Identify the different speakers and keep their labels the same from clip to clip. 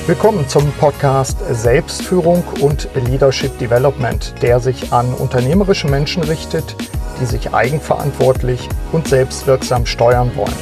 Speaker 1: Willkommen zum Podcast Selbstführung und Leadership Development, der sich an unternehmerische Menschen richtet, die sich eigenverantwortlich und selbstwirksam steuern wollen.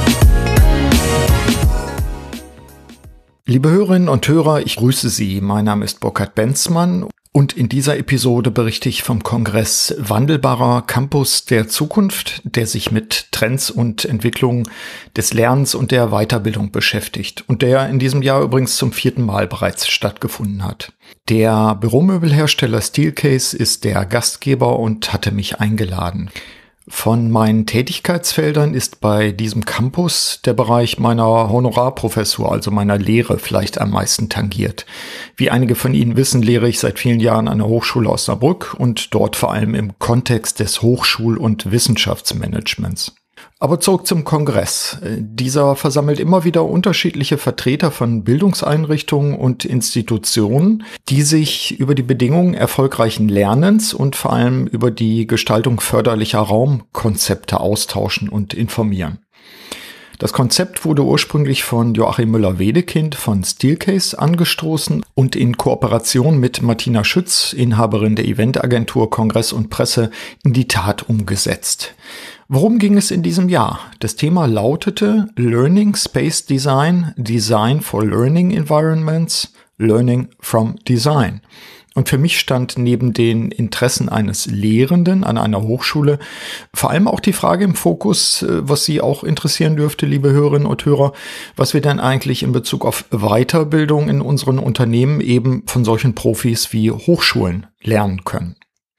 Speaker 1: Liebe Hörerinnen und Hörer, ich grüße Sie. Mein Name ist Burkhard Benzmann und in dieser Episode berichte ich vom Kongress Wandelbarer Campus der Zukunft, der sich mit Trends und Entwicklungen des Lernens und der Weiterbildung beschäftigt und der in diesem Jahr übrigens zum 4. Mal bereits stattgefunden hat. Der Büromöbelhersteller Steelcase ist der Gastgeber und hatte mich eingeladen. Von meinen Tätigkeitsfeldern ist bei diesem Campus der Bereich meiner Honorarprofessur, also meiner Lehre, vielleicht am meisten tangiert. Wie einige von Ihnen wissen, lehre ich seit vielen Jahren an der Hochschule Osnabrück und dort vor allem im Kontext des Hochschul- und Wissenschaftsmanagements. Aber zurück zum Kongress. Dieser versammelt immer wieder unterschiedliche Vertreter von Bildungseinrichtungen und Institutionen, die sich über die Bedingungen erfolgreichen Lernens und vor allem über die Gestaltung förderlicher Raumkonzepte austauschen und informieren. Das Konzept wurde ursprünglich von Joachim Müller-Wedekind von Steelcase angestoßen und in Kooperation mit Martina Schütz, Inhaberin der Eventagentur Kongress und Presse, in die Tat umgesetzt. Worum ging es in diesem Jahr? Das Thema lautete Learning Space Design, Design for Learning Environments, Learning from Design. Und für mich stand neben den Interessen eines Lehrenden an einer Hochschule vor allem auch die Frage im Fokus, was Sie auch interessieren dürfte, liebe Hörerinnen und Hörer, was wir denn eigentlich in Bezug auf Weiterbildung in unseren Unternehmen eben von solchen Profis wie Hochschulen lernen können.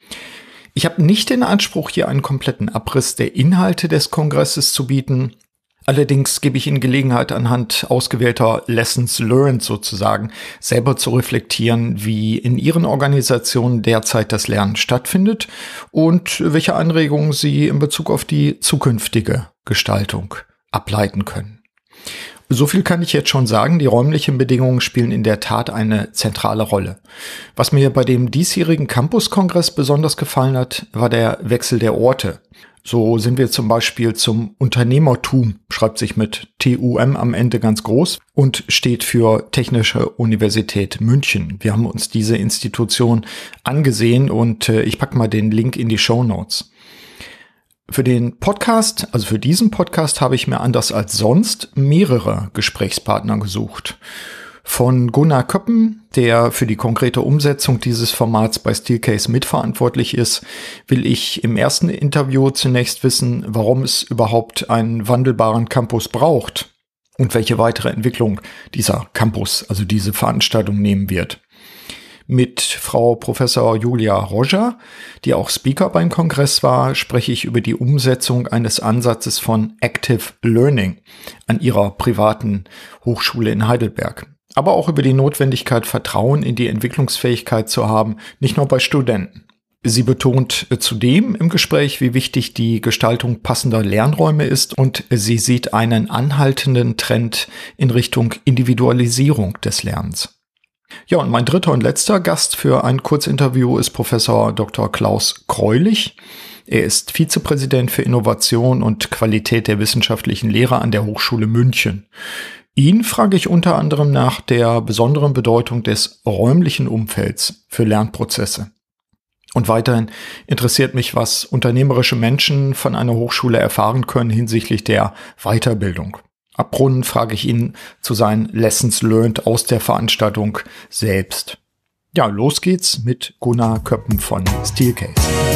Speaker 1: Ich habe nicht den Anspruch, hier einen kompletten Abriss der Inhalte des Kongresses zu bieten. Allerdings gebe ich Ihnen Gelegenheit, anhand ausgewählter Lessons learned sozusagen selber zu reflektieren, wie in Ihren Organisationen derzeit das Lernen stattfindet und welche Anregungen Sie in Bezug auf die zukünftige Gestaltung ableiten können. So viel kann ich jetzt schon sagen, die räumlichen Bedingungen spielen in der Tat eine zentrale Rolle. Was mir bei dem diesjährigen Campus-Kongress besonders gefallen hat, war der Wechsel der Orte. So sind wir zum Beispiel zum Unternehmertum, schreibt sich mit TUM am Ende ganz groß und steht für Technische Universität München. Wir haben uns diese Institution angesehen und ich packe mal den Link in die Shownotes. Für den Podcast, also für diesen Podcast, habe ich mir anders als sonst mehrere Gesprächspartner gesucht. Von Gunnar Köppen, der für die konkrete Umsetzung dieses Formats bei Steelcase mitverantwortlich ist, will ich im ersten Interview zunächst wissen, warum es überhaupt einen wandelbaren Campus braucht und welche weitere Entwicklung dieser Campus, also diese Veranstaltung, nehmen wird. Mit Frau Professor Julia Roger, die auch Speaker beim Kongress war, spreche ich über die Umsetzung eines Ansatzes von Active Learning an ihrer privaten Hochschule in Heidelberg. Aber auch über die Notwendigkeit, Vertrauen in die Entwicklungsfähigkeit zu haben, nicht nur bei Studenten. Sie betont zudem im Gespräch, wie wichtig die Gestaltung passender Lernräume ist und sie sieht einen anhaltenden Trend in Richtung Individualisierung des Lernens. Ja, und mein dritter und letzter Gast für ein Kurzinterview ist Professor Dr. Klaus Greulich. Er ist Vizepräsident für Innovation und Qualität der wissenschaftlichen Lehre an der Hochschule München. Ihn frage ich unter anderem nach der besonderen Bedeutung des räumlichen Umfelds für Lernprozesse. Und weiterhin interessiert mich, was unternehmerische Menschen von einer Hochschule erfahren können hinsichtlich der Weiterbildung. Abrunden frage ich ihn zu seinen Lessons learned aus der Veranstaltung selbst. Ja, los geht's mit Gunnar Köppen von Steelcase.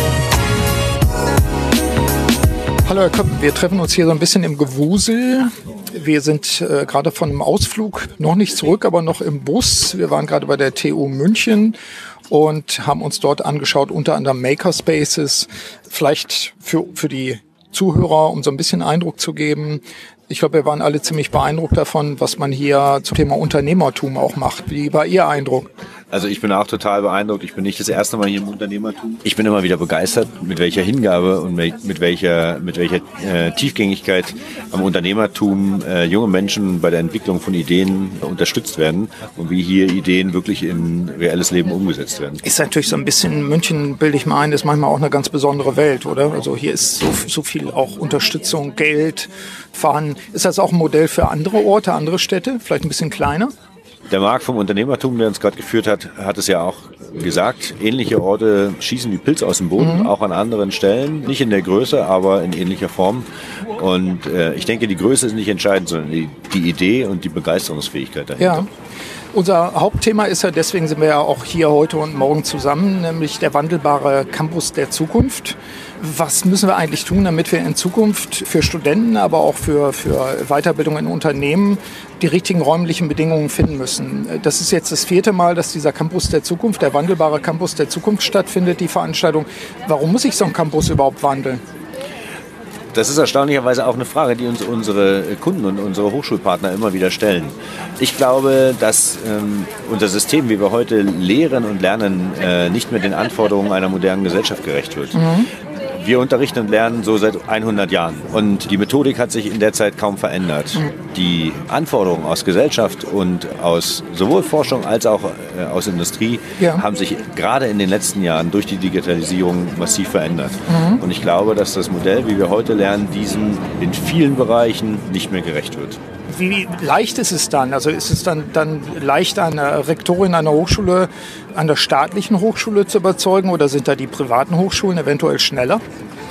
Speaker 1: Hallo Herr Köppen, wir treffen uns hier so ein bisschen im Gewusel. Wir sind gerade von einem Ausflug noch nicht zurück, aber noch im Bus. Wir waren gerade bei der TU München und haben uns dort angeschaut, unter anderem Makerspaces. Vielleicht für die Zuhörer, um so ein bisschen Eindruck zu geben. Ich glaube, wir waren alle ziemlich beeindruckt davon, was man hier zum Thema Unternehmertum auch macht. Wie war Ihr Eindruck?
Speaker 2: Also ich bin auch total beeindruckt. Ich bin nicht das erste Mal hier im Unternehmertum. Ich bin immer wieder begeistert, mit welcher Hingabe und mit welcher Tiefgängigkeit am Unternehmertum junge Menschen bei der Entwicklung von Ideen unterstützt werden und wie hier Ideen wirklich in reelles Leben umgesetzt werden.
Speaker 1: Ist natürlich so ein bisschen, München, bilde ich mal ein, ist manchmal auch eine ganz besondere Welt, oder? Also hier ist so viel auch Unterstützung, Geld vorhanden. Ist das auch ein Modell für andere Orte, andere Städte, vielleicht ein bisschen kleiner?
Speaker 2: Der Marc vom Unternehmertum, der uns gerade geführt hat, hat es ja auch gesagt. Ähnliche Orte schießen wie Pilze aus dem Boden, auch an anderen Stellen. Nicht in der Größe, aber in ähnlicher Form. Und ich denke, die Größe ist nicht entscheidend, sondern die Idee und die Begeisterungsfähigkeit dahinter.
Speaker 1: Ja. Unser Hauptthema ist ja, deswegen sind wir ja auch hier heute und morgen zusammen, nämlich der wandelbare Campus der Zukunft. Was müssen wir eigentlich tun, damit wir in Zukunft für Studenten, aber auch für Weiterbildung in Unternehmen die richtigen räumlichen Bedingungen finden müssen? Das ist jetzt das 4. Mal, dass dieser Campus der Zukunft, der wandelbare Campus der Zukunft stattfindet, die Veranstaltung. Warum muss sich so ein Campus überhaupt wandeln?
Speaker 2: Das ist erstaunlicherweise auch eine Frage, die uns unsere Kunden und unsere Hochschulpartner immer wieder stellen. Ich glaube, dass unser System, wie wir heute lehren und lernen, nicht mehr den Anforderungen einer modernen Gesellschaft gerecht wird. Wir unterrichten und lernen so seit 100 Jahren und die Methodik hat sich in der Zeit kaum verändert. Die Anforderungen aus Gesellschaft und aus sowohl Forschung als auch aus Industrie haben sich gerade in den letzten Jahren durch die Digitalisierung massiv verändert. Und ich glaube, dass das Modell, wie wir heute lernen, diesem in vielen Bereichen nicht mehr gerecht wird.
Speaker 1: Wie leicht ist es dann? Also ist es dann leicht, eine Rektorin einer Hochschule, einer staatlichen Hochschule zu überzeugen oder sind da die privaten Hochschulen eventuell schneller?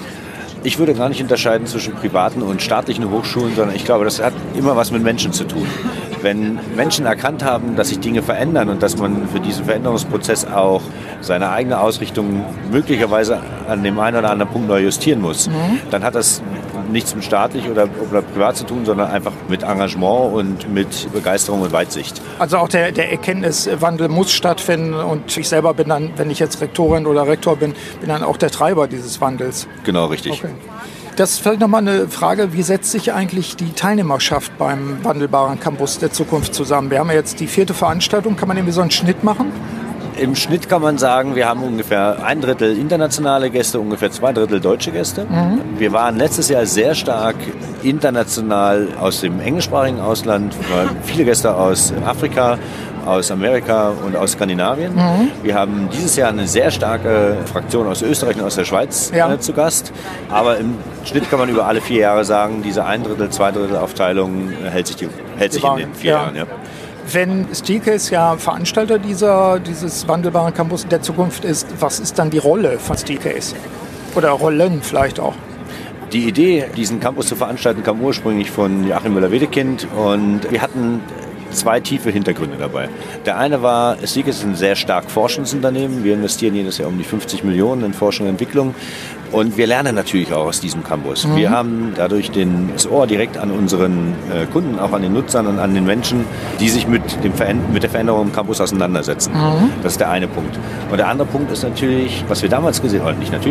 Speaker 2: Ich würde gar nicht unterscheiden zwischen privaten und staatlichen Hochschulen, sondern ich glaube, das hat immer was mit Menschen zu tun. Wenn Menschen erkannt haben, dass sich Dinge verändern und dass man für diesen Veränderungsprozess auch seine eigene Ausrichtung möglicherweise an dem einen oder anderen Punkt neu justieren muss, dann hat das nichts mit staatlich oder privat zu tun, sondern einfach mit Engagement und mit Begeisterung und Weitsicht.
Speaker 1: Also auch der Erkenntniswandel muss stattfinden und ich selber bin dann, wenn ich jetzt Rektorin oder Rektor bin dann auch der Treiber dieses Wandels.
Speaker 2: Genau, richtig.
Speaker 1: Okay. Das ist vielleicht nochmal eine Frage, wie setzt sich eigentlich die Teilnehmerschaft beim wandelbaren Campus der Zukunft zusammen? Wir haben ja jetzt die 4. Veranstaltung, kann man irgendwie so einen Schnitt machen?
Speaker 2: Im Schnitt kann man sagen, wir haben ungefähr 1/3 internationale Gäste, ungefähr 2/3 deutsche Gäste. Wir waren letztes Jahr sehr stark international aus dem englischsprachigen Ausland, viele Gäste aus Afrika, aus Amerika und aus Skandinavien. Wir haben dieses Jahr eine sehr starke Fraktion aus Österreich und aus der Schweiz zu Gast. Aber im Schnitt kann man über alle 4 Jahre sagen, diese 1/3, 2/3 Aufteilung hält sich in den 4 Jahren. Ja.
Speaker 1: Wenn Steelcase ja Veranstalter dieses wandelbaren Campus der Zukunft ist, was ist dann die Rolle von Steelcase? Oder Rollen vielleicht auch?
Speaker 2: Die Idee, diesen Campus zu veranstalten, kam ursprünglich von Joachim Müller-Wedekind und wir hatten 2 tiefe Hintergründe dabei. Der eine war, Steelcase ist ein sehr stark Forschungsunternehmen. Wir investieren jedes Jahr um die 50 Millionen in Forschung und Entwicklung. Und wir lernen natürlich auch aus diesem Campus. Wir haben dadurch das Ohr direkt an unseren Kunden, auch an den Nutzern und an den Menschen, die sich mit der Veränderung im Campus auseinandersetzen. Das ist der eine Punkt. Und der andere Punkt ist natürlich, was wir damals gesehen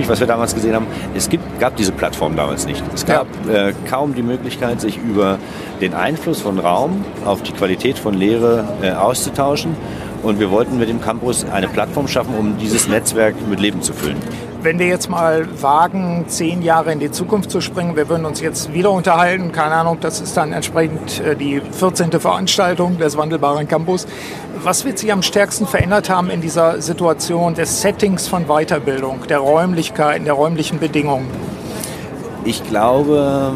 Speaker 2: haben, es gab diese Plattform damals nicht. Es gab kaum die Möglichkeit, sich über den Einfluss von Raum auf die Qualität von Lehre auszutauschen. Und wir wollten mit dem Campus eine Plattform schaffen, um dieses Netzwerk mit Leben zu füllen.
Speaker 1: Wenn wir jetzt mal wagen, 10 Jahre in die Zukunft zu springen, wir würden uns jetzt wieder unterhalten, keine Ahnung, das ist dann entsprechend die 14. Veranstaltung des wandelbaren Campus. Was wird sich am stärksten verändert haben in dieser Situation des Settings von Weiterbildung, der Räumlichkeiten, der räumlichen Bedingungen?
Speaker 2: Ich glaube,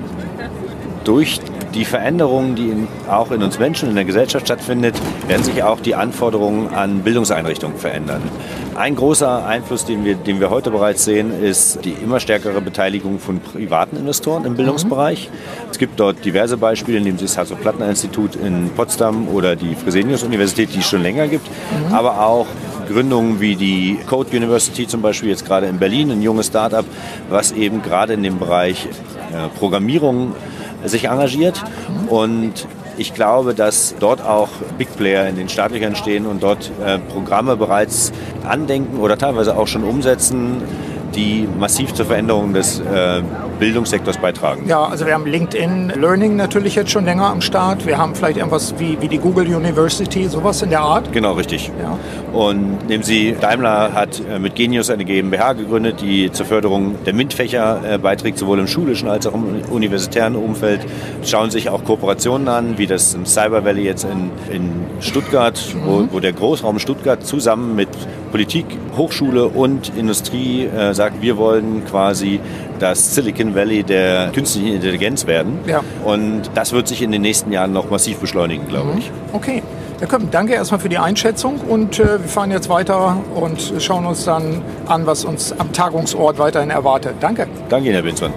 Speaker 2: durch die Veränderungen, die auch in uns Menschen, in der Gesellschaft stattfindet, werden sich auch die Anforderungen an Bildungseinrichtungen verändern. Ein großer Einfluss, den wir heute bereits sehen, ist die immer stärkere Beteiligung von privaten Investoren im Bildungsbereich. Es gibt dort diverse Beispiele, neben das Hasso-Plattner-Institut in Potsdam oder die Fresenius-Universität, die es schon länger gibt, aber auch Gründungen wie die Code University zum Beispiel jetzt gerade in Berlin, ein junges Start-up, was eben gerade in dem Bereich Programmierung sich engagiert. Und ich glaube, dass dort auch Big Player in den Startlöchern stehen und dort Programme bereits andenken oder teilweise auch schon umsetzen, die massiv zur Veränderung des Bildungssektors beitragen.
Speaker 1: Ja, also wir haben LinkedIn Learning natürlich jetzt schon länger am Start. Wir haben vielleicht irgendwas wie die Google University, sowas in der Art.
Speaker 2: Genau, richtig.
Speaker 1: Ja.
Speaker 2: Und nehmen Sie, Daimler hat mit Genius eine GmbH gegründet, die zur Förderung der MINT-Fächer beiträgt, sowohl im schulischen als auch im universitären Umfeld. Schauen sich auch Kooperationen an, wie das im Cyber Valley jetzt in Stuttgart, wo der Großraum Stuttgart zusammen mit Politik, Hochschule und Industrie sagt, wir wollen quasi das Silicon Valley der künstlichen Intelligenz werden.
Speaker 1: Ja.
Speaker 2: Und das wird sich in den nächsten Jahren noch massiv beschleunigen, glaube ich.
Speaker 1: Okay. Herr Köppen, danke erstmal für die Einschätzung und wir fahren jetzt weiter und schauen uns dann an, was uns am Tagungsort weiterhin erwartet. Danke.
Speaker 2: Danke Ihnen, Herr Benzmann.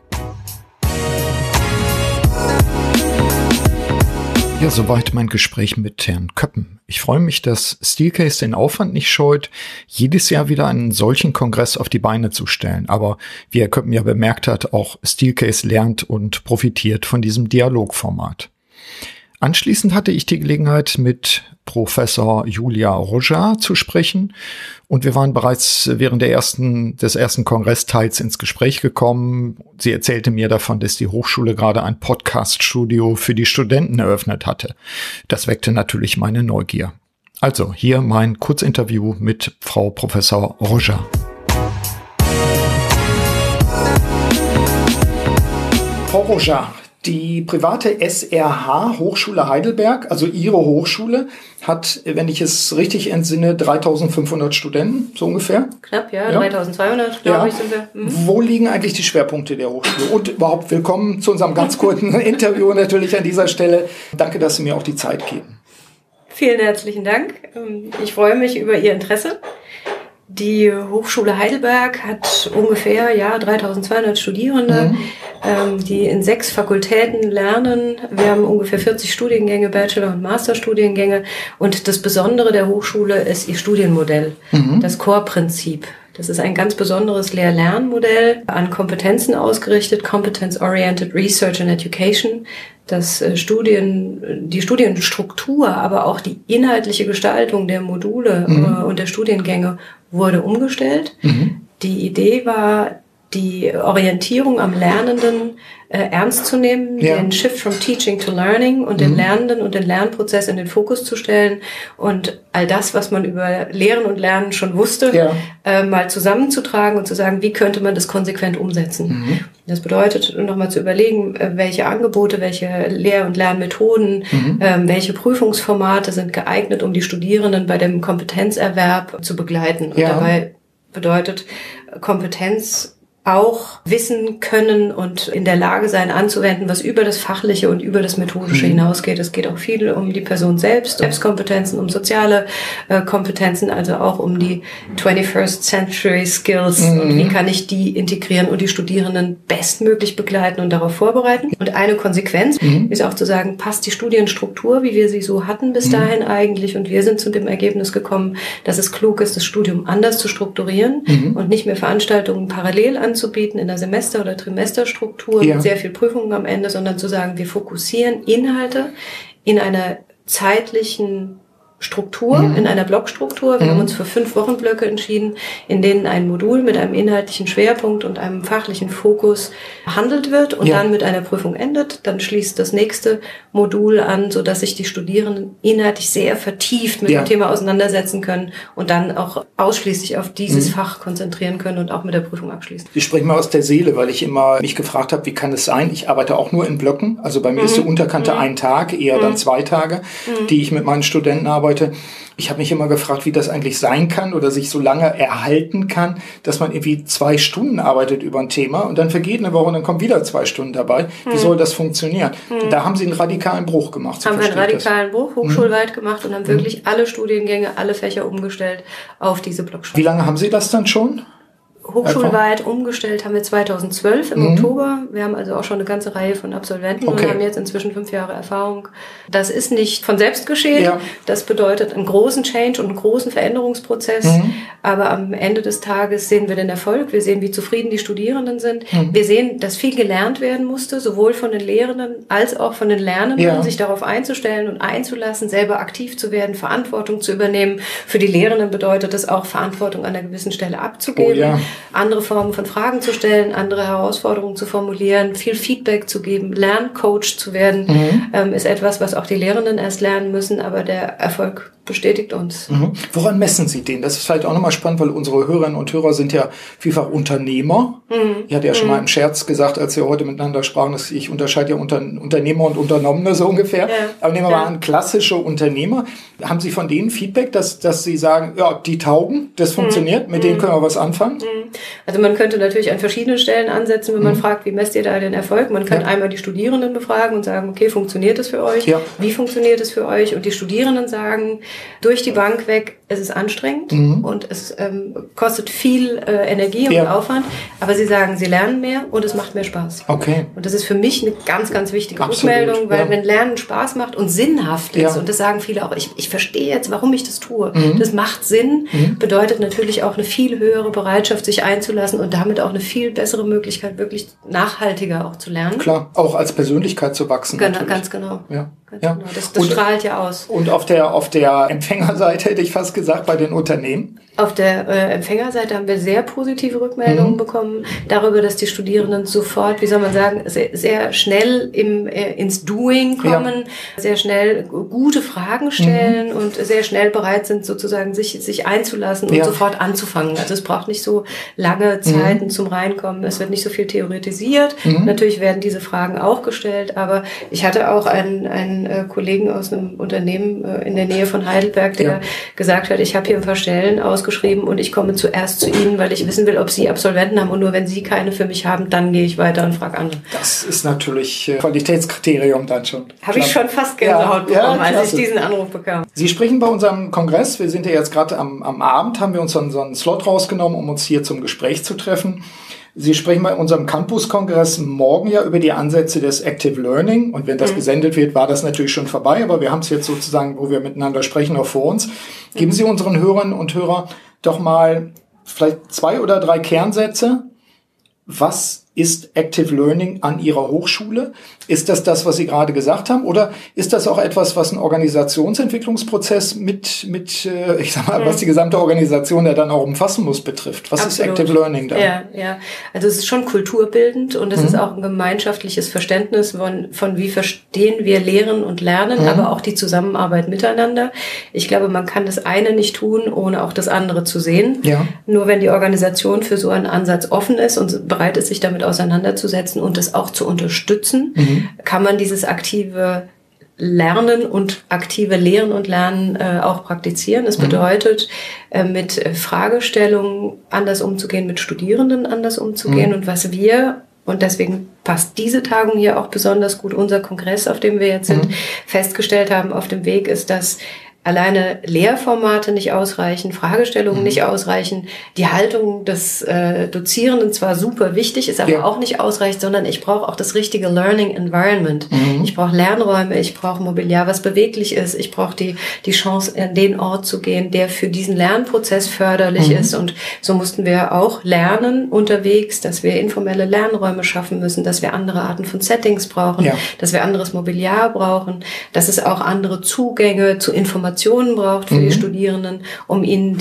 Speaker 1: Ja, soweit mein Gespräch mit Herrn Köppen. Ich freue mich, dass Steelcase den Aufwand nicht scheut, jedes Jahr wieder einen solchen Kongress auf die Beine zu stellen. Aber wie Herr Köppen ja bemerkt hat, auch Steelcase lernt und profitiert von diesem Dialogformat. Anschließend hatte ich die Gelegenheit, mit Professor Julia Roja zu sprechen und wir waren bereits während des ersten Kongressteils ins Gespräch gekommen. Sie erzählte mir davon, dass die Hochschule gerade ein Podcast-Studio für die Studenten eröffnet hatte. Das weckte natürlich meine Neugier. Also hier mein Kurzinterview mit Frau Professor Roja. Frau Roja, die private SRH Hochschule Heidelberg, also Ihre Hochschule, hat, wenn ich es richtig entsinne, 3.500 Studenten, so ungefähr.
Speaker 3: Knapp, ja. 3.200, glaube ich, sind wir.
Speaker 1: Wo liegen eigentlich die Schwerpunkte der Hochschule? Und überhaupt willkommen zu unserem ganz kurzen Interview natürlich an dieser Stelle. Danke, dass Sie mir auch die Zeit geben.
Speaker 3: Vielen herzlichen Dank. Ich freue mich über Ihr Interesse. Die Hochschule Heidelberg hat ungefähr 3.200 Studierende, die in 6 Fakultäten lernen. Wir haben ungefähr 40 Studiengänge, Bachelor- und Masterstudiengänge. Und das Besondere der Hochschule ist ihr Studienmodell, das Core-Prinzip. Das ist ein ganz besonderes Lehr-Lern-Modell, an Kompetenzen ausgerichtet, Competence-Oriented Research and Education. Die Studienstruktur, aber auch die inhaltliche Gestaltung der Module und der Studiengänge wurde umgestellt. Die Idee war, die Orientierung am Lernenden ernst zu nehmen, den Shift from Teaching to Learning und den Lernenden und den Lernprozess in den Fokus zu stellen und all das, was man über Lehren und Lernen schon wusste, mal zusammenzutragen und zu sagen, wie könnte man das konsequent umsetzen. Das bedeutet, nochmal zu überlegen, welche Angebote, welche Lehr- und Lernmethoden, welche Prüfungsformate sind geeignet, um die Studierenden bei dem Kompetenzerwerb zu begleiten. Und dabei bedeutet Kompetenz auch wissen können und in der Lage sein anzuwenden, was über das Fachliche und über das Methodische hinausgeht. Es geht auch viel um die Person Selbstkompetenzen, um soziale Kompetenzen, also auch um die 21st Century Skills und wie kann ich die integrieren und die Studierenden bestmöglich begleiten und darauf vorbereiten. Und eine Konsequenz ist auch zu sagen, passt die Studienstruktur, wie wir sie so hatten bis dahin eigentlich, und wir sind zu dem Ergebnis gekommen, dass es klug ist, das Studium anders zu strukturieren und nicht mehr Veranstaltungen parallel anzubieten in der Semester- oder Trimesterstruktur mit sehr viel Prüfungen am Ende, sondern zu sagen, wir fokussieren Inhalte in einer zeitlichen Struktur, in einer Blockstruktur. Wir haben uns für 5 Wochenblöcke entschieden, in denen ein Modul mit einem inhaltlichen Schwerpunkt und einem fachlichen Fokus behandelt wird und dann mit einer Prüfung endet. Dann schließt das nächste Modul an, sodass sich die Studierenden inhaltlich sehr vertieft mit dem Thema auseinandersetzen können und dann auch ausschließlich auf dieses Fach konzentrieren können und auch mit der Prüfung abschließen.
Speaker 1: Ich spreche mal aus der Seele, weil ich immer mich gefragt habe, wie kann es sein? Ich arbeite auch nur in Blöcken. Also bei mir ist die Unterkante ein Tag, eher dann 2 Tage, die ich mit meinen Studenten arbeite. Ich habe mich immer gefragt, wie das eigentlich sein kann oder sich so lange erhalten kann, dass man irgendwie 2 Stunden arbeitet über ein Thema und dann vergeht eine Woche und dann kommen wieder 2 Stunden dabei. Wie soll das funktionieren? Da haben Sie einen radikalen Bruch gemacht.
Speaker 3: Haben wir einen radikalen Bruch hochschulweit gemacht und haben wirklich alle Studiengänge, alle Fächer umgestellt auf diese Blockstruktur.
Speaker 1: Wie lange haben Sie das dann schon?
Speaker 3: Hochschulweit umgestellt haben wir 2012 im Oktober. Wir haben also auch schon eine ganze Reihe von Absolventen und haben jetzt inzwischen 5 Jahre Erfahrung. Das ist nicht von selbst geschehen. Das bedeutet einen großen Change und einen großen Veränderungsprozess. Aber am Ende des Tages sehen wir den Erfolg. Wir sehen, wie zufrieden die Studierenden sind. Wir sehen, dass viel gelernt werden musste, sowohl von den Lehrenden als auch von den Lernenden, sich darauf einzustellen und einzulassen, selber aktiv zu werden, Verantwortung zu übernehmen. Für die Lehrenden bedeutet es auch, Verantwortung an einer gewissen Stelle abzugeben. Andere Formen von Fragen zu stellen, andere Herausforderungen zu formulieren, viel Feedback zu geben, Lerncoach zu werden, ist etwas, was auch die Lehrenden erst lernen müssen, aber der Erfolg bestätigt uns.
Speaker 1: Woran messen Sie den? Das ist vielleicht auch nochmal spannend, weil unsere Hörerinnen und Hörer sind ja vielfach Unternehmer. Ich hatte ja schon mal im Scherz gesagt, als wir heute miteinander sprachen, dass ich unterscheide ja Unternehmer und Unternommene so ungefähr. Ja. Aber nehmen wir mal an, klassische Unternehmer. Haben Sie von denen Feedback, dass Sie sagen, ja, die taugen, das funktioniert, mit denen können wir was anfangen?
Speaker 3: Also man könnte natürlich an verschiedenen Stellen ansetzen, wenn man fragt, wie messt ihr da den Erfolg? Man kann einmal die Studierenden befragen und sagen, okay, funktioniert es für euch? Ja. Wie funktioniert es für euch? Und die Studierenden sagen, durch die Bank weg, es ist anstrengend und es kostet viel Energie und Aufwand, aber sie sagen, sie lernen mehr und es macht mehr Spaß.
Speaker 1: Okay.
Speaker 3: Und das ist für mich eine ganz, ganz wichtige Rückmeldung, weil wenn Lernen Spaß macht und sinnhaft ist, und das sagen viele auch, ich verstehe jetzt, warum ich das tue, das macht Sinn, bedeutet natürlich auch eine viel höhere Bereitschaft, sich einzulassen und damit auch eine viel bessere Möglichkeit, wirklich nachhaltiger auch zu lernen.
Speaker 1: Klar, auch als Persönlichkeit zu wachsen.
Speaker 3: Genau, ganz genau.
Speaker 1: Ja.
Speaker 3: Genau. Das strahlt ja aus.
Speaker 1: Und auf der Empfängerseite hätte ich fast gesagt, bei den Unternehmen?
Speaker 3: Auf der Empfängerseite haben wir sehr positive Rückmeldungen bekommen darüber, dass die Studierenden sofort, wie soll man sagen, sehr schnell ins Doing kommen, sehr schnell gute Fragen stellen und sehr schnell bereit sind, sozusagen sich einzulassen und sofort anzufangen. Also es braucht nicht so lange Zeiten zum Reinkommen. Es wird nicht so viel theoretisiert. Natürlich werden diese Fragen auch gestellt, aber ich hatte auch einen Kollegen aus einem Unternehmen in der Nähe von Heidelberg, der gesagt hat, ich habe hier ein paar Stellen ausgeschrieben und ich komme zuerst zu Ihnen, weil ich wissen will, ob Sie Absolventen haben und nur wenn Sie keine für mich haben, dann gehe ich weiter und frage andere.
Speaker 1: Das ist natürlich Qualitätskriterium dann schon.
Speaker 3: Habe ich schon fast Gänsehaut bekommen, als ich diesen Anruf bekam.
Speaker 1: Sie sprechen bei unserem Kongress, wir sind ja jetzt gerade am Abend, haben wir uns so einen Slot rausgenommen, um uns hier zum Gespräch zu treffen. Sie sprechen bei unserem Campus-Kongress morgen ja über die Ansätze des Active Learning. Und wenn das gesendet wird, war das natürlich schon vorbei. Aber wir haben es jetzt sozusagen, wo wir miteinander sprechen, auch vor uns. Geben Sie unseren Hörerinnen und Hörern doch mal vielleicht 2 oder 3 Kernsätze. Was ist Active Learning an Ihrer Hochschule? Ist das, was Sie gerade gesagt haben? Oder ist das auch etwas, was ein Organisationsentwicklungsprozess ich sag mal, was die gesamte Organisation ja dann auch umfassen muss, betrifft? Was ist Active Learning da?
Speaker 3: Ja. Also es ist schon kulturbildend und es ist auch ein gemeinschaftliches Verständnis von wie verstehen wir Lehren und Lernen, aber auch die Zusammenarbeit miteinander. Ich glaube, man kann das eine nicht tun, ohne auch das andere zu sehen. Ja. Nur wenn die Organisation für so einen Ansatz offen ist und bereit ist, sich damit auseinanderzusetzen und das auch zu unterstützen, kann man dieses aktive Lernen und aktive Lehren und Lernen auch praktizieren. Das bedeutet, mit Fragestellungen anders umzugehen, mit Studierenden anders umzugehen und was wir, und deswegen passt diese Tagung hier auch besonders gut, unser Kongress, auf dem wir jetzt sind, festgestellt haben auf dem Weg, ist, dass alleine Lehrformate nicht ausreichen, Fragestellungen nicht ausreichen, die Haltung des Dozierenden zwar super wichtig, ist aber auch nicht ausreichend, sondern ich brauche auch das richtige Learning Environment. Ich brauche Lernräume, ich brauche Mobiliar, was beweglich ist, ich brauche die Chance, an den Ort zu gehen, der für diesen Lernprozess förderlich ist. Und so mussten wir auch lernen unterwegs, dass wir informelle Lernräume schaffen müssen, dass wir andere Arten von Settings brauchen, dass wir anderes Mobiliar brauchen, dass es auch andere Zugänge zu Informationen braucht für die Studierenden, um ihnen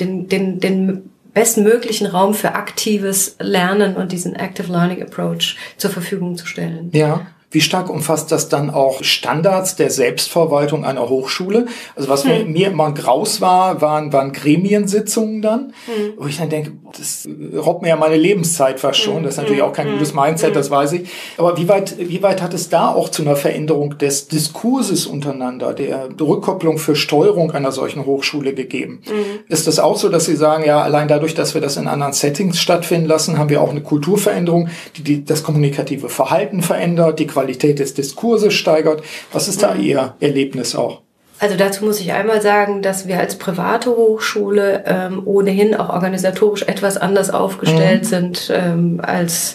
Speaker 3: den bestmöglichen Raum für aktives Lernen und diesen Active Learning Approach zur Verfügung zu stellen.
Speaker 1: Ja. Wie stark umfasst das dann auch Standards der Selbstverwaltung einer Hochschule? Also was mir immer graus waren Gremiensitzungen dann, wo ich dann denke, das raubt mir ja meine Lebenszeit fast schon. Das ist natürlich auch kein gutes Mindset, das weiß ich. Aber wie weit hat es da auch zu einer Veränderung des Diskurses untereinander, der Rückkopplung für Steuerung einer solchen Hochschule gegeben? Ist das auch so, dass Sie sagen, ja, allein dadurch, dass wir das in anderen Settings stattfinden lassen, haben wir auch eine Kulturveränderung, die das kommunikative Verhalten verändert, die Qualität des Diskurses steigert. Was ist da Ihr Erlebnis auch?
Speaker 3: Also dazu muss ich einmal sagen, dass wir als private Hochschule ohnehin auch organisatorisch etwas anders aufgestellt sind als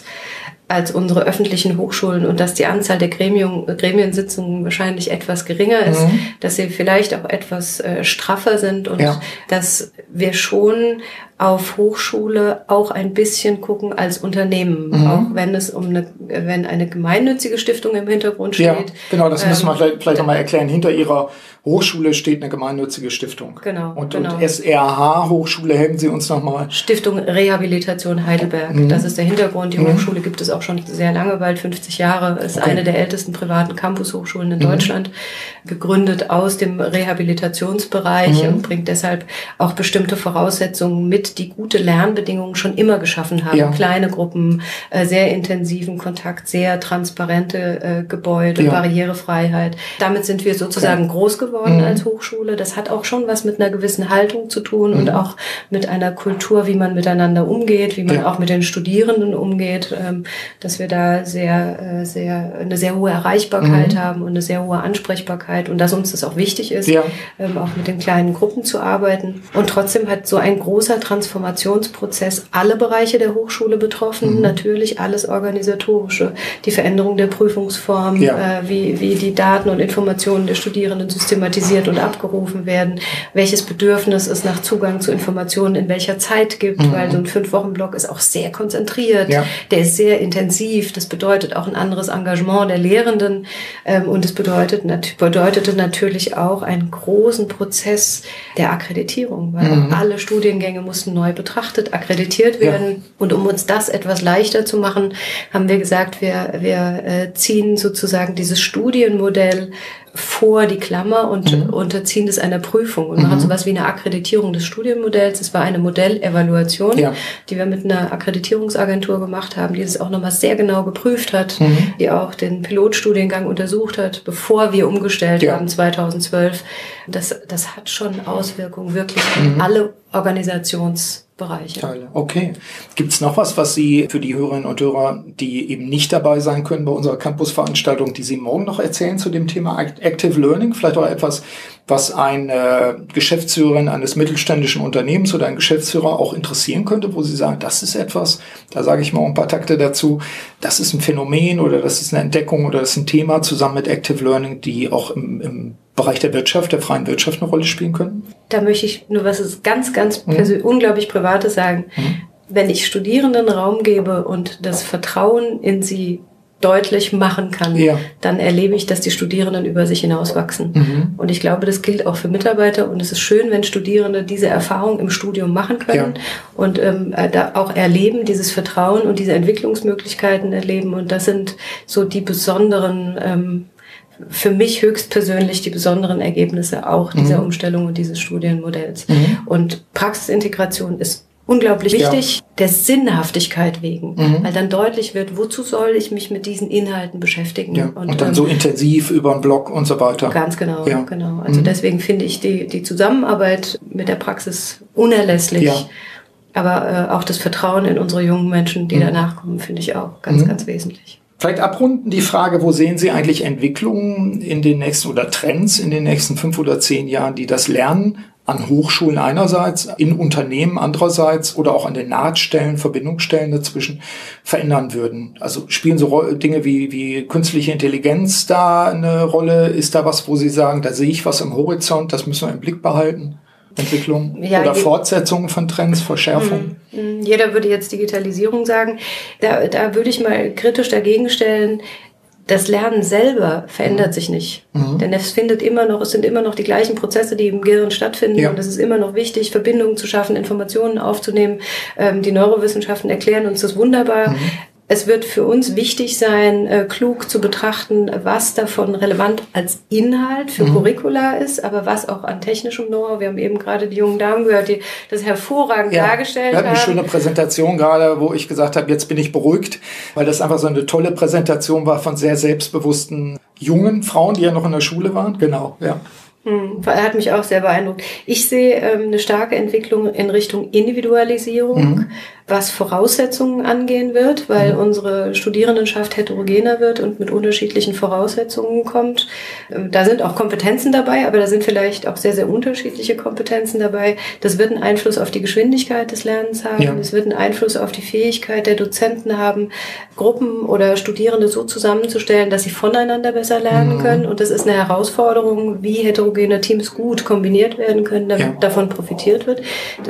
Speaker 3: unsere öffentlichen Hochschulen und dass die Anzahl der Gremiensitzungen wahrscheinlich etwas geringer ist, dass sie vielleicht auch etwas straffer sind und dass wir schon auf Hochschule auch ein bisschen gucken als Unternehmen, auch wenn es wenn eine gemeinnützige Stiftung im Hintergrund steht.
Speaker 1: Ja, genau, das müssen wir vielleicht nochmal erklären. Hinter Ihrer Hochschule steht eine gemeinnützige Stiftung.
Speaker 3: Genau.
Speaker 1: Und SRH Hochschule, helfen Sie uns nochmal.
Speaker 3: Stiftung Rehabilitation Heidelberg. Das ist der Hintergrund. Die Hochschule gibt es auch schon sehr lange, bald 50 Jahre. Ist eine der ältesten privaten Campus-Hochschulen in Deutschland. Gegründet aus dem Rehabilitationsbereich und bringt deshalb auch bestimmte Voraussetzungen mit, die gute Lernbedingungen schon immer geschaffen haben. Ja. Kleine Gruppen, sehr intensiven Kontakt, sehr transparente Gebäude, Barrierefreiheit. Damit sind wir sozusagen groß geworden als Hochschule. Das hat auch schon was mit einer gewissen Haltung zu tun und auch mit einer Kultur, wie man miteinander umgeht, wie man auch mit den Studierenden umgeht, dass wir da eine sehr hohe Erreichbarkeit haben und eine sehr hohe Ansprechbarkeit und dass uns das auch wichtig ist, auch mit den kleinen Gruppen zu arbeiten. Und trotzdem hat so ein großer Transformationsprozess alle Bereiche der Hochschule betroffen, natürlich alles Organisatorische, die Veränderung der Prüfungsform, wie die Daten und Informationen der Studierenden systematisiert und abgerufen werden, welches Bedürfnis es nach Zugang zu Informationen in welcher Zeit gibt, weil so ein 5-Wochen-Block ist auch sehr konzentriert, der ist sehr intensiv, das bedeutet auch ein anderes Engagement der Lehrenden und es bedeutete natürlich auch einen großen Prozess der Akkreditierung, weil auch alle Studiengänge mussten neu betrachtet, akkreditiert werden und um uns das etwas leichter zu machen, haben wir gesagt, wir ziehen sozusagen dieses Studienmodell vor die Klammer und unterziehen das einer Prüfung und machen sowas wie eine Akkreditierung des Studienmodells. Es war eine Modellevaluation, die wir mit einer Akkreditierungsagentur gemacht haben, die das auch nochmal sehr genau geprüft hat, die auch den Pilotstudiengang untersucht hat, bevor wir umgestellt haben 2012. Das hat schon Auswirkungen wirklich in alle Organisationsbereiche.
Speaker 1: Okay. Gibt es noch was Sie für die Hörerinnen und Hörer, die eben nicht dabei sein können bei unserer Campus-Veranstaltung, die Sie morgen noch erzählen zu dem Thema Active Learning? Vielleicht auch etwas, was eine Geschäftsführerin eines mittelständischen Unternehmens oder ein Geschäftsführer auch interessieren könnte, wo Sie sagen, das ist etwas, da sage ich mal ein paar Takte dazu, das ist ein Phänomen oder das ist eine Entdeckung oder das ist ein Thema zusammen mit Active Learning, die auch im Bereich der Wirtschaft, der freien Wirtschaft eine Rolle spielen können?
Speaker 3: Da möchte ich nur was ganz unglaublich Privates sagen. Wenn ich Studierenden Raum gebe und das Vertrauen in sie deutlich machen kann, dann erlebe ich, dass die Studierenden über sich hinauswachsen. Und ich glaube, das gilt auch für Mitarbeiter und es ist schön, wenn Studierende diese Erfahrung im Studium machen können und da auch erleben, dieses Vertrauen und diese Entwicklungsmöglichkeiten erleben und das sind so die besonderen für mich höchstpersönlich die besonderen Ergebnisse auch dieser Umstellung und dieses Studienmodells. Und Praxisintegration ist unglaublich wichtig, der Sinnhaftigkeit wegen, weil dann deutlich wird, wozu soll ich mich mit diesen Inhalten beschäftigen.
Speaker 1: Und dann so intensiv über einen Blog und so weiter.
Speaker 3: Ganz genau, genau. Also deswegen finde ich die Zusammenarbeit mit der Praxis unerlässlich. Aber auch das Vertrauen in unsere jungen Menschen, die danach kommen, finde ich auch ganz, ganz wesentlich.
Speaker 1: Vielleicht abrunden die Frage, wo sehen Sie eigentlich Entwicklungen in den nächsten oder Trends in den nächsten 5 oder 10 Jahren, die das Lernen an Hochschulen einerseits, in Unternehmen andererseits oder auch an den Nahtstellen, Verbindungsstellen dazwischen verändern würden? Also spielen so Dinge wie künstliche Intelligenz da eine Rolle? Ist da was, wo Sie sagen, da sehe ich was am Horizont, das müssen wir im Blick behalten? Entwicklung oder Fortsetzung von Trends, Verschärfung?
Speaker 3: Jeder würde jetzt Digitalisierung sagen. Da würde ich mal kritisch dagegen stellen, das Lernen selber verändert sich nicht. Denn es sind immer noch die gleichen Prozesse, die im Gehirn stattfinden. Und es ist immer noch wichtig, Verbindungen zu schaffen, Informationen aufzunehmen. Die Neurowissenschaften erklären uns das wunderbar. Es wird für uns wichtig sein, klug zu betrachten, was davon relevant als Inhalt für Curricula ist, aber was auch an technischem Know-how. Wir haben eben gerade die jungen Damen gehört, die das hervorragend dargestellt haben.
Speaker 1: Wir hatten eine schöne Präsentation gerade, wo ich gesagt habe, jetzt bin ich beruhigt, weil das einfach so eine tolle Präsentation war von sehr selbstbewussten jungen Frauen, die ja noch in der Schule waren. Genau,
Speaker 3: Hat mich auch sehr beeindruckt. Ich sehe eine starke Entwicklung in Richtung Individualisierung, was Voraussetzungen angehen wird, weil unsere Studierendenschaft heterogener wird und mit unterschiedlichen Voraussetzungen kommt. Da sind auch Kompetenzen dabei, aber da sind vielleicht auch sehr, sehr unterschiedliche Kompetenzen dabei. Das wird einen Einfluss auf die Geschwindigkeit des Lernens haben. Es wird einen Einfluss auf die Fähigkeit der Dozenten haben, Gruppen oder Studierende so zusammenzustellen, dass sie voneinander besser lernen können. Und das ist eine Herausforderung, wie heterogene Teams gut kombiniert werden können, damit davon profitiert wird. Das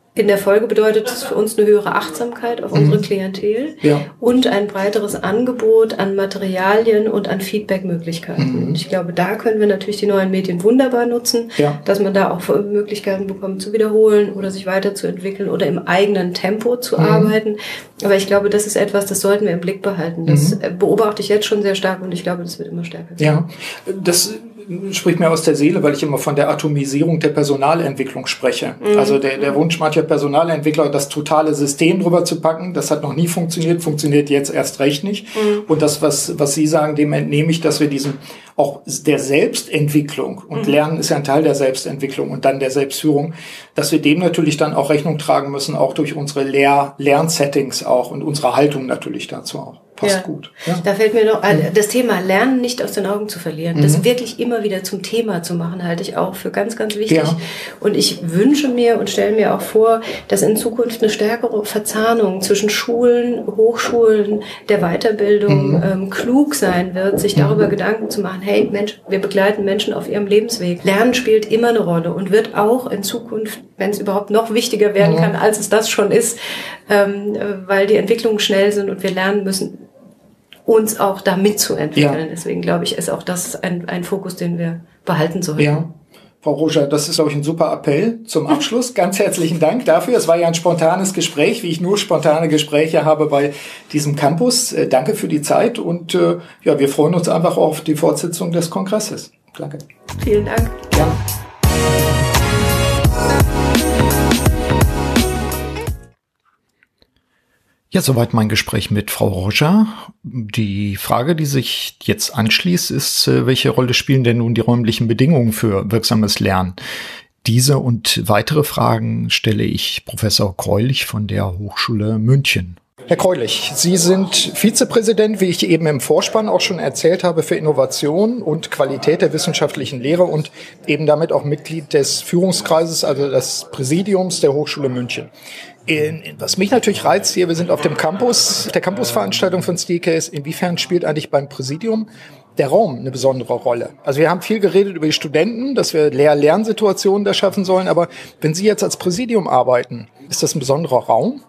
Speaker 3: In der Folge bedeutet es für uns eine höhere Achtsamkeit auf unsere Klientel und ein breiteres Angebot an Materialien und an Feedback-Möglichkeiten. Und ich glaube, da können wir natürlich die neuen Medien wunderbar nutzen, dass man da auch Möglichkeiten bekommt, zu wiederholen oder sich weiterzuentwickeln oder im eigenen Tempo zu arbeiten. Aber ich glaube, das ist etwas, das sollten wir im Blick behalten. Das beobachte ich jetzt schon sehr stark und ich glaube, das wird immer stärker.
Speaker 1: Ja, das spricht mir aus der Seele, weil ich immer von der Atomisierung der Personalentwicklung spreche. Also der Wunsch mancher Personalentwickler, das totale System drüber zu packen, das hat noch nie funktioniert jetzt erst recht nicht. Und das, was Sie sagen, dem entnehme ich, dass wir diesen auch der Selbstentwicklung, und Lernen ist ja ein Teil der Selbstentwicklung und dann der Selbstführung, dass wir dem natürlich dann auch Rechnung tragen müssen, auch durch unsere Lernsettings auch und unsere Haltung natürlich dazu auch. Passt gut. Ja.
Speaker 3: Da fällt mir noch das Thema Lernen nicht aus den Augen zu verlieren. Das wirklich immer wieder zum Thema zu machen, halte ich auch für ganz, ganz wichtig. Ja. Und ich wünsche mir und stelle mir auch vor, dass in Zukunft eine stärkere Verzahnung zwischen Schulen, Hochschulen, der Weiterbildung klug sein wird, sich darüber Gedanken zu machen, hey Mensch, wir begleiten Menschen auf ihrem Lebensweg. Lernen spielt immer eine Rolle und wird auch in Zukunft, wenn es überhaupt noch wichtiger werden kann, als es das schon ist, weil die Entwicklungen schnell sind und wir lernen müssen, uns auch da mitzuentwickeln. Ja. Deswegen glaube ich, ist auch das ein Fokus, den wir behalten sollten.
Speaker 1: Ja. Frau Roger, das ist, glaube ich, ein super Appell zum Abschluss. Ganz herzlichen Dank dafür. Es war ja ein spontanes Gespräch, wie ich nur spontane Gespräche habe bei diesem Campus. Danke für die Zeit und wir freuen uns einfach auf die Fortsetzung des Kongresses. Danke.
Speaker 3: Vielen Dank.
Speaker 1: Ja. Ja, soweit mein Gespräch mit Frau Roger. Die Frage, die sich jetzt anschließt, ist, welche Rolle spielen denn nun die räumlichen Bedingungen für wirksames Lernen? Diese und weitere Fragen stelle ich Professor Greulich von der Hochschule München. Herr Greulich, Sie sind Vizepräsident, wie ich eben im Vorspann auch schon erzählt habe, für Innovation und Qualität der wissenschaftlichen Lehre und eben damit auch Mitglied des Führungskreises, also des Präsidiums der Hochschule München. Was mich natürlich reizt hier, wir sind auf dem Campus, der Campusveranstaltung von Steelcase. Inwiefern spielt eigentlich beim Präsidium der Raum eine besondere Rolle? Also wir haben viel geredet über die Studenten, dass wir Lehr-Lernsituationen da schaffen sollen, aber wenn Sie jetzt als Präsidium arbeiten, ist das ein besonderer Raum?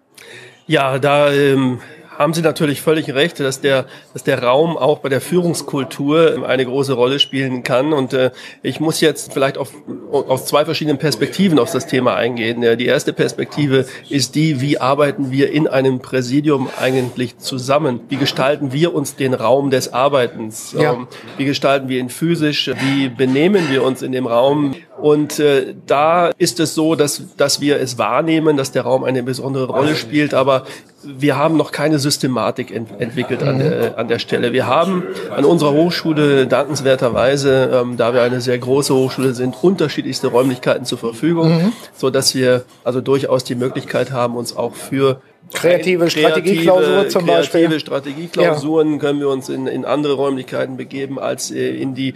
Speaker 4: Ja, da haben Sie natürlich völlig recht, dass der Raum auch bei der Führungskultur eine große Rolle spielen kann. Und ich muss jetzt vielleicht aus zwei verschiedenen Perspektiven auf das Thema eingehen. Die erste Perspektive ist die, wie arbeiten wir in einem Präsidium eigentlich zusammen? Wie gestalten wir uns den Raum des Arbeitens? Ja. Wie gestalten wir ihn physisch? Wie benehmen wir uns in dem Raum? Und da ist es so, dass wir es wahrnehmen, dass der Raum eine besondere Rolle spielt, aber wir haben noch keine Systematik entwickelt an der Stelle. Wir haben an unserer Hochschule dankenswerterweise, da wir eine sehr große Hochschule sind, unterschiedlichste Räumlichkeiten zur Verfügung, so dass wir also durchaus die Möglichkeit haben, uns auch für
Speaker 1: kreative Strategieklausur zum Beispiel.
Speaker 4: Kreative Strategieklausuren können wir uns in andere Räumlichkeiten begeben als in die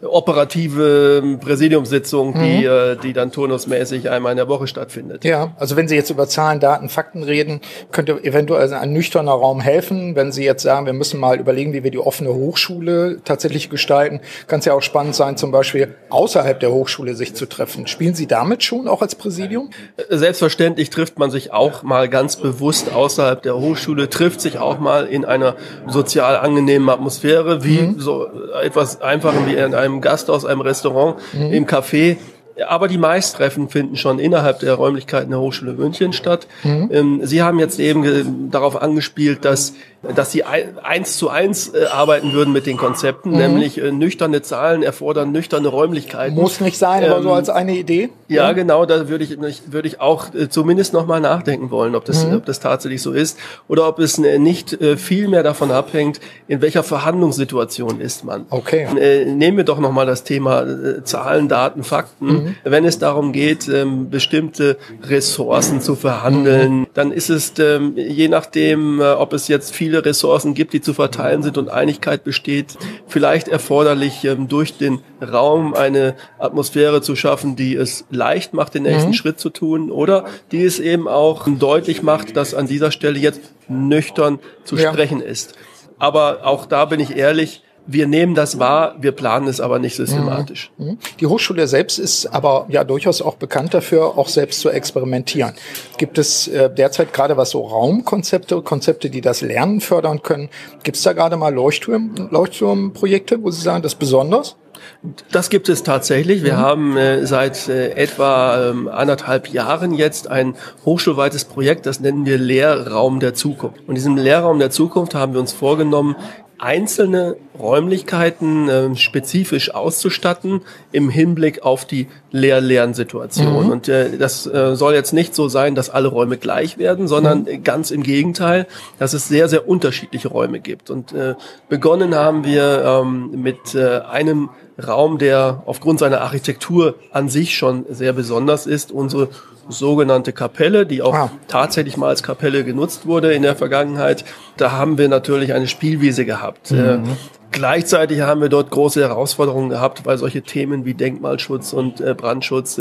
Speaker 4: operative Präsidiumssitzung, die dann turnusmäßig einmal in der Woche stattfindet.
Speaker 1: Ja, also wenn Sie jetzt über Zahlen, Daten, Fakten reden, könnte eventuell ein nüchterner Raum helfen. Wenn Sie jetzt sagen, wir müssen mal überlegen, wie wir die offene Hochschule tatsächlich gestalten, kann es ja auch spannend sein, zum Beispiel außerhalb der Hochschule sich zu treffen. Spielen Sie damit schon auch als Präsidium?
Speaker 4: Selbstverständlich trifft man sich auch mal ganz bewusst außerhalb der Hochschule, trifft sich auch mal in einer sozial angenehmen Atmosphäre, wie so etwas Einfachem wie in einem Gasthaus, einem Restaurant, im Café. Aber die meisten Treffen finden schon innerhalb der Räumlichkeiten der Hochschule München statt. Sie haben jetzt eben darauf angespielt, dass sie 1:1 arbeiten würden mit den Konzepten, nämlich nüchterne Zahlen erfordern nüchterne Räumlichkeiten.
Speaker 1: Muss nicht sein, aber so als eine Idee.
Speaker 4: Ja, genau, da würde ich auch zumindest noch mal nachdenken wollen, ob das tatsächlich so ist oder ob es nicht viel mehr davon abhängt, in welcher Verhandlungssituation ist man.
Speaker 1: Okay.
Speaker 4: Nehmen wir doch noch mal das Thema Zahlen, Daten, Fakten. Wenn es darum geht, bestimmte Ressourcen zu verhandeln, dann ist es je nachdem, ob es jetzt viele Ressourcen gibt, die zu verteilen sind und Einigkeit besteht, vielleicht erforderlich, durch den Raum eine Atmosphäre zu schaffen, die es leicht macht, den nächsten Schritt zu tun oder die es eben auch deutlich macht, dass an dieser Stelle jetzt nüchtern zu sprechen ist. Aber auch da bin ich ehrlich, wir nehmen das wahr, wir planen es aber nicht systematisch.
Speaker 1: Die Hochschule selbst ist aber ja durchaus auch bekannt dafür, auch selbst zu experimentieren. Gibt es derzeit gerade was so Konzepte, die das Lernen fördern können? Gibt es da gerade mal Leuchtturmprojekte, wo Sie sagen, das ist besonders?
Speaker 4: Das gibt es tatsächlich. Wir haben seit etwa 1,5 Jahren jetzt ein hochschulweites Projekt, das nennen wir Lehrraum der Zukunft. Und in diesem Lehrraum der Zukunft haben wir uns vorgenommen, einzelne Räumlichkeiten spezifisch auszustatten im Hinblick auf die Lehr-Lernsituation. Und das soll jetzt nicht so sein, dass alle Räume gleich werden, sondern ganz im Gegenteil, dass es sehr, sehr unterschiedliche Räume gibt. Und begonnen haben wir mit einem Raum, der aufgrund seiner Architektur an sich schon sehr besonders ist, unsere sogenannte Kapelle, die auch tatsächlich mal als Kapelle genutzt wurde in der Vergangenheit. Da haben wir natürlich eine Spielwiese gehabt. Gleichzeitig haben wir dort große Herausforderungen gehabt, weil solche Themen wie Denkmalschutz und Brandschutz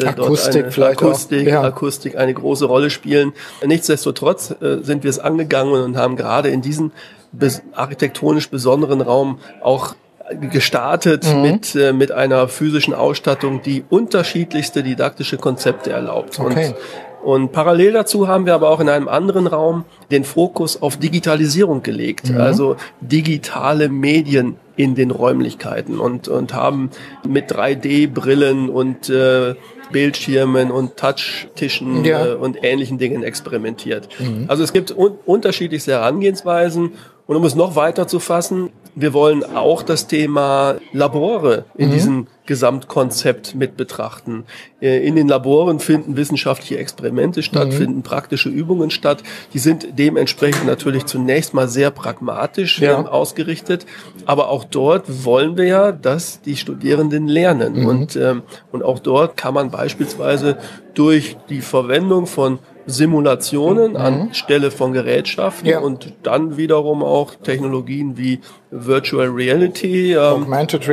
Speaker 4: Akustik eine große Rolle spielen. Nichtsdestotrotz sind wir es angegangen und haben gerade in diesen architektonisch besonderen Raum auch gestartet mit einer physischen Ausstattung, die unterschiedlichste didaktische Konzepte erlaubt.
Speaker 1: Okay.
Speaker 4: Und parallel dazu haben wir aber auch in einem anderen Raum den Fokus auf Digitalisierung gelegt, also digitale Medien in den Räumlichkeiten und haben mit 3D-Brillen und Bildschirmen und Touchtischen und ähnlichen Dingen experimentiert. Also es gibt unterschiedlichste Herangehensweisen. Und um es noch weiter zu fassen, wir wollen auch das Thema Labore in diesem Gesamtkonzept mit betrachten. In den Laboren finden wissenschaftliche Experimente statt, finden praktische Übungen statt. Die sind dementsprechend natürlich zunächst mal sehr pragmatisch ausgerichtet. Aber auch dort wollen wir ja, dass die Studierenden lernen. Und auch dort kann man beispielsweise durch die Verwendung von Simulationen anstelle von Gerätschaften und dann wiederum auch Technologien wie Virtual Reality,
Speaker 1: Augmented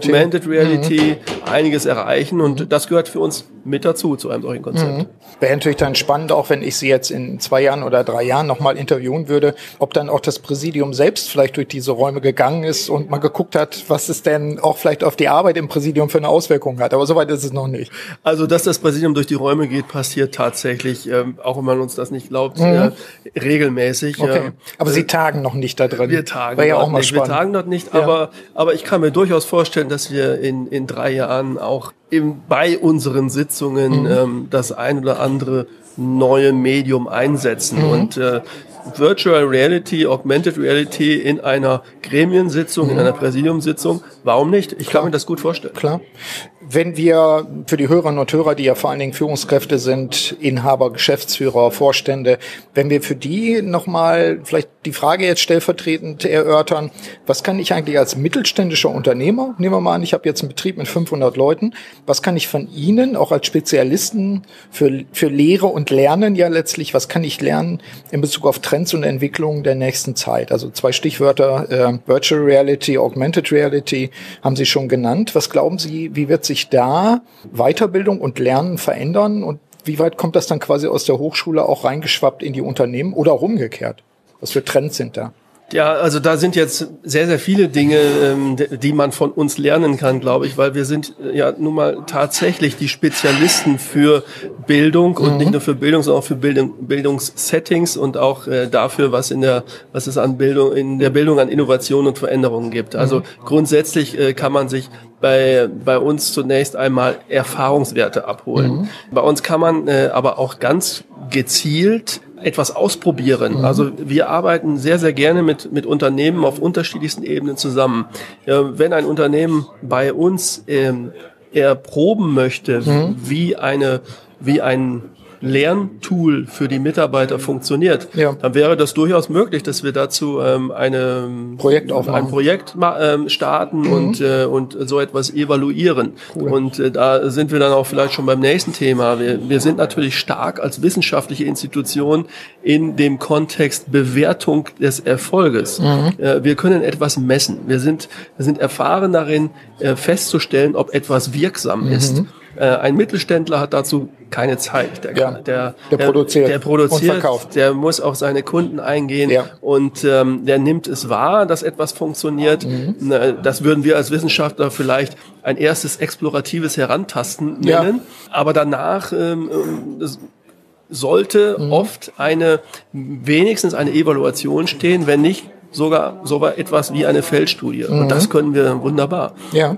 Speaker 1: Reality,
Speaker 4: einiges erreichen und das gehört für uns mit dazu, zu einem solchen Konzept.
Speaker 1: Wäre natürlich dann spannend, auch wenn ich Sie jetzt in 2 Jahren oder 3 Jahren nochmal interviewen würde, ob dann auch das Präsidium selbst vielleicht durch diese Räume gegangen ist und mal geguckt hat, was es denn auch vielleicht auf die Arbeit im Präsidium für eine Auswirkung hat. Aber soweit ist es noch nicht.
Speaker 4: Also, dass das Präsidium durch die Räume geht, passiert tatsächlich, auch wenn man uns das nicht glaubt, regelmäßig.
Speaker 1: Okay. Aber Sie tagen noch nicht da drin.
Speaker 4: Wir tagen
Speaker 1: Wäre ja auch
Speaker 4: dort
Speaker 1: mal
Speaker 4: nicht. Wir tagen dort nicht, aber ich kann mir durchaus vorstellen, dass wir in 3 Jahren auch bei unseren Sitzungen das ein oder andere neue Medium einsetzen und Virtual Reality, Augmented Reality in einer Gremiensitzung, in einer Präsidiumssitzung, warum nicht? Ich kann mir das gut vorstellen.
Speaker 1: Klar. Wenn wir für die Hörerinnen und Hörer, die ja vor allen Dingen Führungskräfte sind, Inhaber, Geschäftsführer, Vorstände, wenn wir für die nochmal vielleicht die Frage jetzt stellvertretend erörtern, was kann ich eigentlich als mittelständischer Unternehmer, nehmen wir mal an, ich habe jetzt einen Betrieb mit 500 Leuten, was kann ich von Ihnen, auch als Spezialisten für Lehre und Lernen ja letztlich, was kann ich lernen in Bezug auf Trends und Entwicklungen der nächsten Zeit? Also 2 Stichwörter, Virtual Reality, Augmented Reality haben Sie schon genannt. Was glauben Sie, wie wird sich da Weiterbildung und Lernen verändern und wie weit kommt das dann quasi aus der Hochschule auch reingeschwappt in die Unternehmen oder auch umgekehrt? Was für Trends sind da?
Speaker 4: Ja, also da sind jetzt sehr, sehr viele Dinge, die man von uns lernen kann, glaube ich, weil wir sind ja nun mal tatsächlich die Spezialisten für Bildung und nicht nur für Bildung, sondern auch für Bildungssettings und auch dafür, was es an Bildung, in der Bildung an Innovation und Veränderungen gibt. Also grundsätzlich kann man sich bei uns zunächst einmal Erfahrungswerte abholen. Bei uns kann man aber auch ganz gezielt etwas ausprobieren. Also wir arbeiten sehr, sehr gerne mit Unternehmen auf unterschiedlichsten Ebenen zusammen. Wenn ein Unternehmen bei uns erproben möchte, wie ein Lerntool für die Mitarbeiter funktioniert, dann wäre das durchaus möglich, dass wir dazu ein Projekt starten und so etwas evaluieren. Cool. Und da sind wir dann auch vielleicht schon beim nächsten Thema. Wir sind natürlich stark als wissenschaftliche Institution in dem Kontext Bewertung des Erfolges. Wir können etwas messen. Wir sind erfahren darin, festzustellen, ob etwas wirksam ist. Ein Mittelständler hat dazu keine Zeit. Der produziert
Speaker 1: und verkauft.
Speaker 4: Der muss auf seine Kunden eingehen und der nimmt es wahr, dass etwas funktioniert. Das würden wir als Wissenschaftler vielleicht ein erstes exploratives Herantasten nennen. Aber danach sollte oft wenigstens eine Evaluation stehen, wenn nicht sogar etwas wie eine Feldstudie. Und das können wir wunderbar.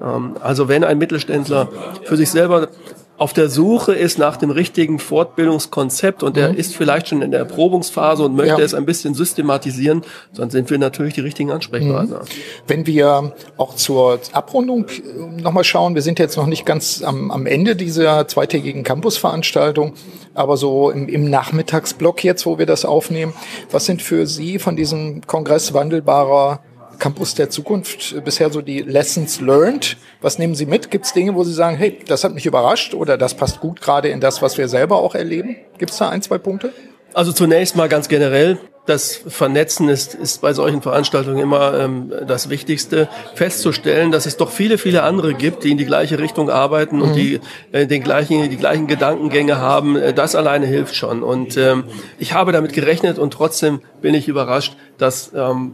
Speaker 4: Also wenn ein Mittelständler für sich selber auf der Suche ist nach dem richtigen Fortbildungskonzept und der ist vielleicht schon in der Erprobungsphase und möchte es ein bisschen systematisieren, dann sind wir natürlich die richtigen Ansprechpartner.
Speaker 1: Wenn wir auch zur Abrundung nochmal schauen, wir sind jetzt noch nicht ganz am Ende dieser zweitägigen Campusveranstaltung, aber so im Nachmittagsblock jetzt, wo wir das aufnehmen, was sind für Sie von diesem Kongress Wandelbarer Campus der Zukunft bisher so die Lessons learned? Was nehmen Sie mit? Gibt es Dinge, wo Sie sagen, hey, das hat mich überrascht oder das passt gut gerade in das, was wir selber auch erleben? Gibt es da 1, 2 Punkte?
Speaker 4: Also zunächst mal ganz generell, das Vernetzen ist bei solchen Veranstaltungen immer das Wichtigste. Festzustellen, dass es doch viele, viele andere gibt, die in die gleiche Richtung arbeiten und die die gleichen Gedankengänge haben. Das alleine hilft schon. Und ich habe damit gerechnet und trotzdem bin ich überrascht, dass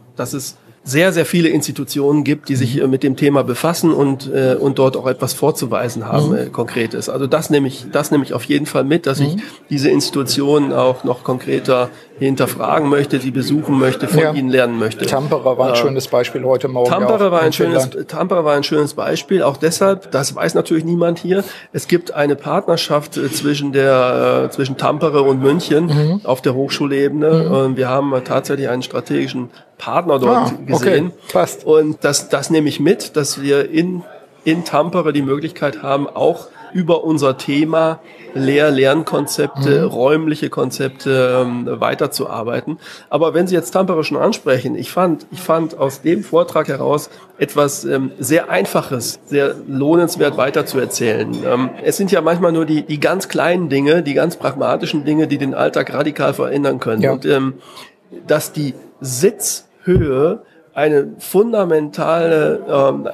Speaker 4: es sehr, sehr viele Institutionen gibt, die sich mit dem Thema befassen und dort auch etwas vorzuweisen haben, Konkretes. Also das nehme ich auf jeden Fall mit, dass ich diese Institutionen auch noch konkreter hinterfragen möchte, sie besuchen möchte, von ihnen lernen möchte.
Speaker 1: Tampere war ein schönes Beispiel heute Morgen.
Speaker 4: Tampere war ein schönes Beispiel, auch deshalb, das weiß natürlich niemand hier, es gibt eine Partnerschaft zwischen Tampere und München auf der Hochschulebene. Wir haben tatsächlich einen strategischen Partner dort gesehen.
Speaker 1: Okay, passt.
Speaker 4: Und das nehme ich mit, dass wir in Tampere die Möglichkeit haben, auch über unser Thema Lernkonzepte, räumliche Konzepte weiterzuarbeiten. Aber wenn Sie jetzt Tampere schon ansprechen, ich fand aus dem Vortrag heraus etwas sehr Einfaches, sehr lohnenswert weiterzuerzählen. Es sind ja manchmal nur die ganz kleinen Dinge, die ganz pragmatischen Dinge, die den Alltag radikal verändern können. Ja. Und dass die Sitzhöhe einen fundamentalen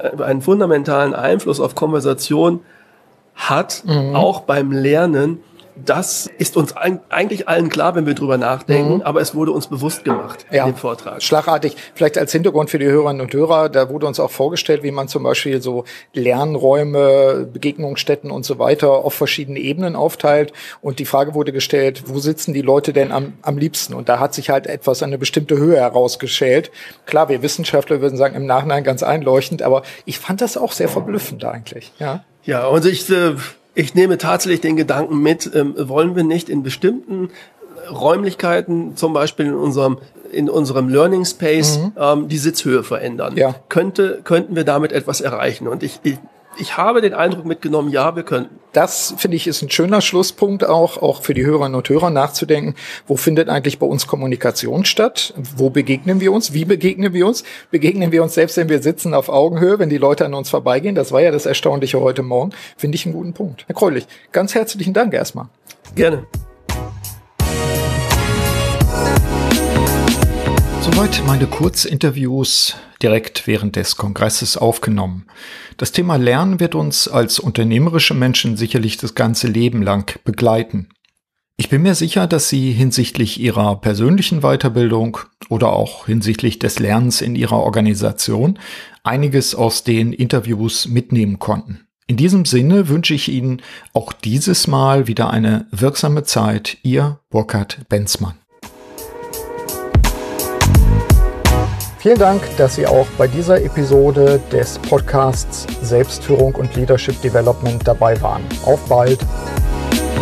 Speaker 4: Einfluss auf Konversation hat, auch beim Lernen, das ist uns eigentlich allen klar, wenn wir drüber nachdenken, aber es wurde uns bewusst gemacht in dem Vortrag.
Speaker 1: Schlagartig, vielleicht als Hintergrund für die Hörerinnen und Hörer, da wurde uns auch vorgestellt, wie man zum Beispiel so Lernräume, Begegnungsstätten und so weiter auf verschiedene Ebenen aufteilt und die Frage wurde gestellt, wo sitzen die Leute denn am liebsten? Und da hat sich halt etwas an eine bestimmte Höhe herausgestellt. Klar, wir Wissenschaftler würden sagen, im Nachhinein ganz einleuchtend, aber ich fand das auch sehr verblüffend eigentlich.
Speaker 4: Ja, und ich nehme tatsächlich den Gedanken mit, wollen wir nicht in bestimmten Räumlichkeiten, zum Beispiel in unserem Learning Space, die Sitzhöhe verändern? Ja. Könnten wir damit etwas erreichen? Und ich habe den Eindruck mitgenommen, ja, wir könnten.
Speaker 1: Das, finde ich, ist ein schöner Schlusspunkt auch für die Hörerinnen und Hörer nachzudenken. Wo findet eigentlich bei uns Kommunikation statt? Wo begegnen wir uns? Wie begegnen wir uns? Begegnen wir uns selbst, wenn wir sitzen auf Augenhöhe, wenn die Leute an uns vorbeigehen? Das war ja das Erstaunliche heute Morgen. Finde ich einen guten Punkt. Herr Greulich, ganz herzlichen Dank erstmal.
Speaker 4: Gerne.
Speaker 1: Soweit meine Kurzinterviews direkt während des Kongresses aufgenommen. Das Thema Lernen wird uns als unternehmerische Menschen sicherlich das ganze Leben lang begleiten. Ich bin mir sicher, dass Sie hinsichtlich Ihrer persönlichen Weiterbildung oder auch hinsichtlich des Lernens in Ihrer Organisation einiges aus den Interviews mitnehmen konnten. In diesem Sinne wünsche ich Ihnen auch dieses Mal wieder eine wirksame Zeit. Ihr Burkhard Benzmann. Vielen Dank, dass Sie auch bei dieser Episode des Podcasts Selbstführung und Leadership Development dabei waren. Auf bald!